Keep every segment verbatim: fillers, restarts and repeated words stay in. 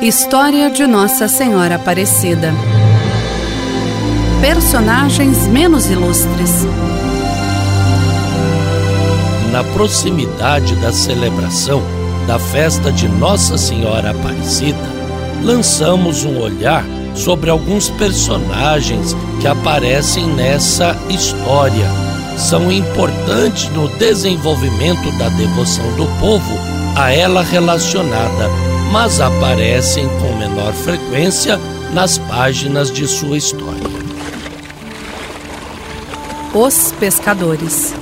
História de Nossa Senhora Aparecida. Personagens menos ilustres. Na proximidade da celebração da festa de Nossa Senhora Aparecida, lançamos um olhar sobre alguns personagens que aparecem nessa história. São importantes no desenvolvimento da devoção do povo a ela relacionada, mas aparecem com menor frequência nas páginas de sua história. Os pescadores.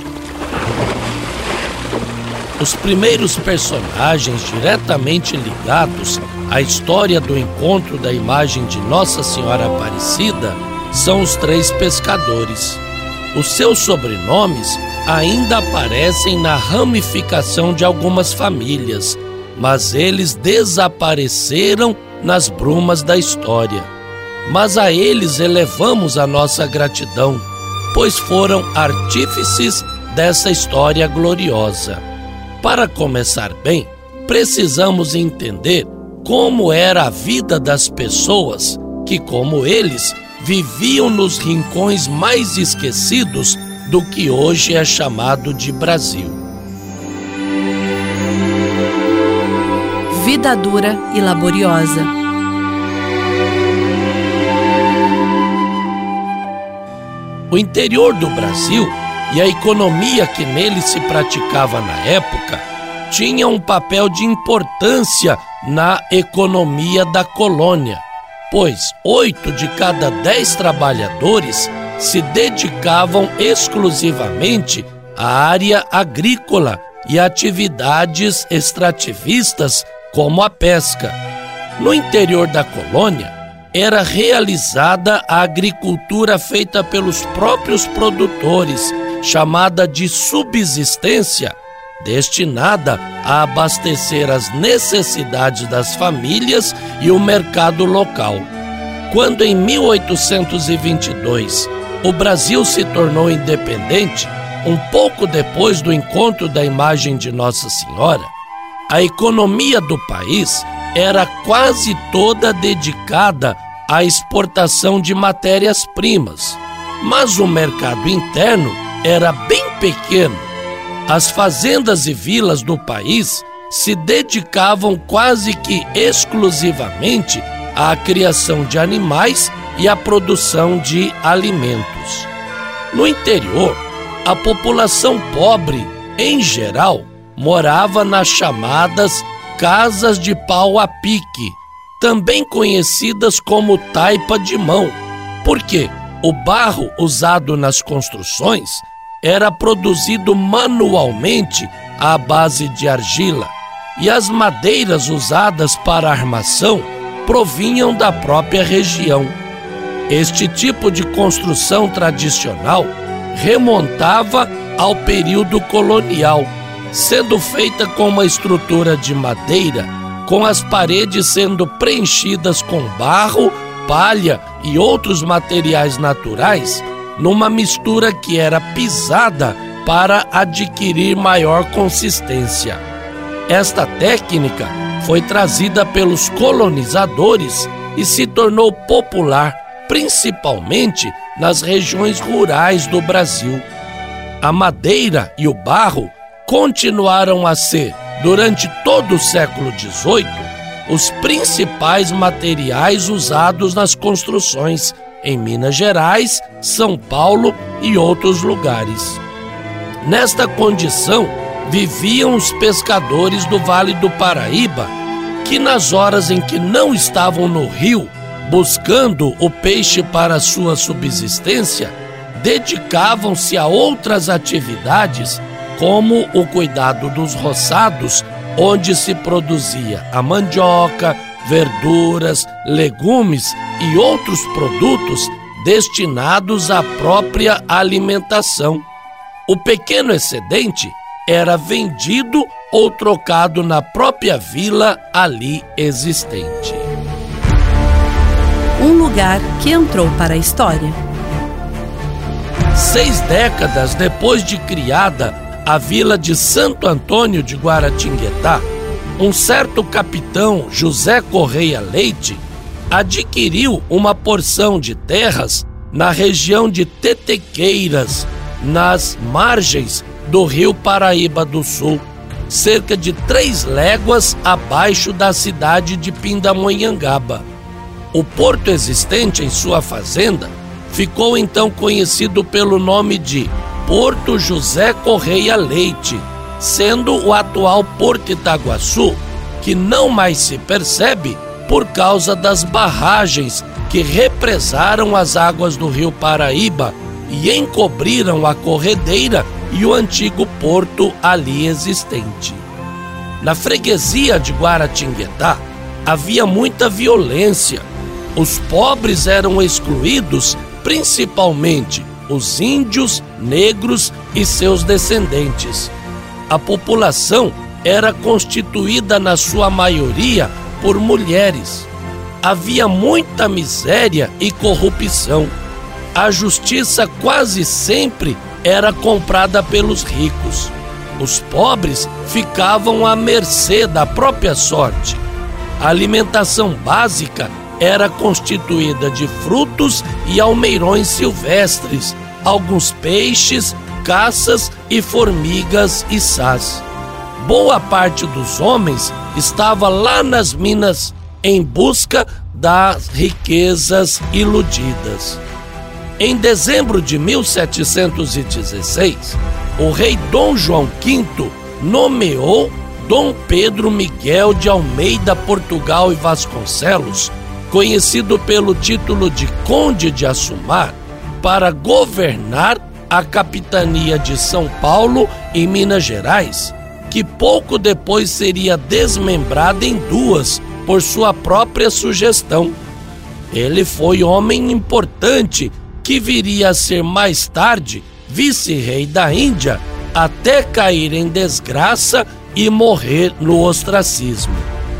Os primeiros personagens diretamente ligados à história do encontro da imagem de Nossa Senhora Aparecida são os três pescadores. Os seus sobrenomes ainda aparecem na ramificação de algumas famílias, mas eles desapareceram nas brumas da história. Mas a eles elevamos a nossa gratidão, pois foram artífices dessa história gloriosa. Para começar bem, precisamos entender como era a vida das pessoas que, como eles, viviam nos rincões mais esquecidos do que hoje é chamado de Brasil. Vida dura e laboriosa. O interior do Brasil e a economia que nele se praticava na época tinha um papel de importância na economia da colônia, pois oito de cada dez trabalhadores se dedicavam exclusivamente à área agrícola e atividades extrativistas como a pesca. No interior da colônia, era realizada a agricultura feita pelos próprios produtores, chamada de subsistência, destinada a abastecer as necessidades das famílias e o mercado local. Quando em mil oitocentos e vinte e dois o Brasil se tornou independente, um pouco depois do encontro da imagem de Nossa Senhora, a economia do país era quase toda dedicada à exportação de matérias-primas, mas o mercado interno era bem pequeno. As fazendas e vilas do país se dedicavam quase que exclusivamente à criação de animais e à produção de alimentos. No interior, a população pobre, em geral, morava nas chamadas casas de pau a pique, também conhecidas como taipa de mão, porque o barro usado nas construções era produzido manualmente à base de argila, e as madeiras usadas para a armação provinham da própria região. Este tipo de construção tradicional remontava ao período colonial, sendo feita com uma estrutura de madeira, com as paredes sendo preenchidas com barro, palha e outros materiais naturais, numa mistura que era pisada para adquirir maior consistência. Esta técnica foi trazida pelos colonizadores e se tornou popular, principalmente nas regiões rurais do Brasil. A madeira e o barro continuaram a ser, durante todo o século dezoito, os principais materiais usados nas construções em Minas Gerais, São Paulo e outros lugares. Nesta condição, viviam os pescadores do Vale do Paraíba, que nas horas em que não estavam no rio, buscando o peixe para sua subsistência, dedicavam-se a outras atividades, como o cuidado dos roçados, onde se produzia a mandioca, verduras, legumes e outros produtos destinados à própria alimentação. O pequeno excedente era vendido ou trocado na própria vila ali existente. Um lugar que entrou para a história. Seis décadas depois de criada a vila de Santo Antônio de Guaratinguetá, um certo capitão José Correia Leite adquiriu uma porção de terras na região de Tetequeiras, nas margens do rio Paraíba do Sul, cerca de três léguas abaixo da cidade de Pindamonhangaba. O porto existente em sua fazenda ficou então conhecido pelo nome de Porto José Correia Leite, sendo o atual Porto Itaguaçu, que não mais se percebe por causa das barragens que represaram as águas do rio Paraíba e encobriram a corredeira e o antigo porto ali existente. Na freguesia de Guaratinguetá havia muita violência. Os pobres eram excluídos, principalmente os índios, negros e seus descendentes. A população era constituída na sua maioria por mulheres. Havia muita miséria e corrupção. A justiça quase sempre era comprada pelos ricos. Os pobres ficavam à mercê da própria sorte. A alimentação básica era constituída de frutos e almeirões silvestres, alguns peixes, caças e formigas e sais. Boa parte dos homens estava lá nas minas em busca das riquezas iludidas. Em dezembro de mil setecentos e dezesseis, o rei Dom João Quinto nomeou Dom Pedro Miguel de Almeida Portugal e Vasconcelos, conhecido pelo título de Conde de Assumar, para governar a capitania de São Paulo e Minas Gerais, que pouco depois seria desmembrada em duas por sua própria sugestão. Ele foi homem importante que viria a ser mais tarde vice-rei da Índia, até cair em desgraça e morrer no ostracismo.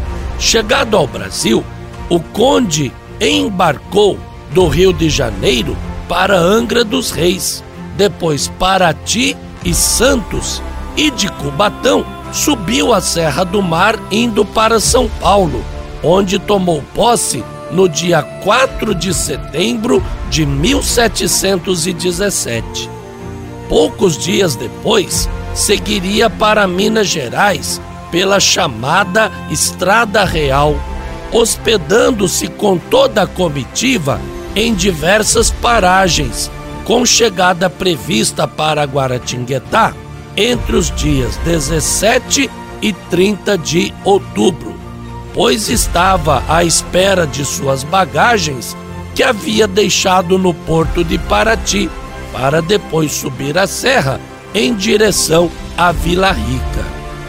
Chegado ao Brasil, o conde embarcou do Rio de Janeiro para Angra dos Reis, depois Paraty e Santos, e de Cubatão subiu a Serra do Mar indo para São Paulo, onde tomou posse no dia quatro de setembro de mil setecentos e dezessete. Poucos dias depois, seguiria para Minas Gerais pela chamada Estrada Real, hospedando-se com toda a comitiva em diversas paragens, com chegada prevista para Guaratinguetá entre os dias dezessete e trinta de outubro, pois estava à espera de suas bagagens que havia deixado no porto de Paraty, para depois subir a serra em direção à Vila Rica.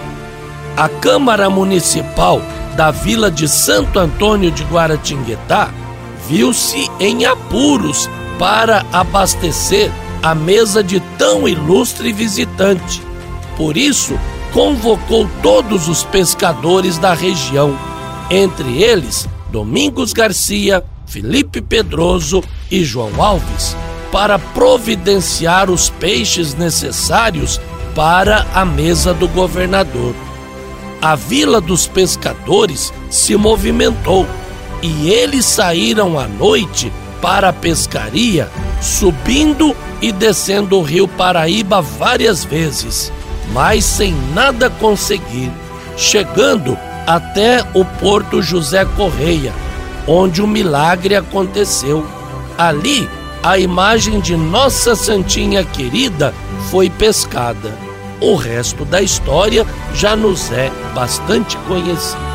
A Câmara Municipal da Vila de Santo Antônio de Guaratinguetá viu-se em apuros para abastecer a mesa de tão ilustre visitante. Por isso, convocou todos os pescadores da região, entre eles Domingos Garcia, Felipe Pedroso e João Alves, para providenciar os peixes necessários para a mesa do governador. A Vila dos Pescadores se movimentou e eles saíram à noite para a pescaria, subindo e descendo o rio Paraíba várias vezes, mas sem nada conseguir, chegando até o Porto José Correia, onde o milagre aconteceu. Ali, a imagem de Nossa Santinha Querida foi pescada. O resto da história já nos é bastante conhecido.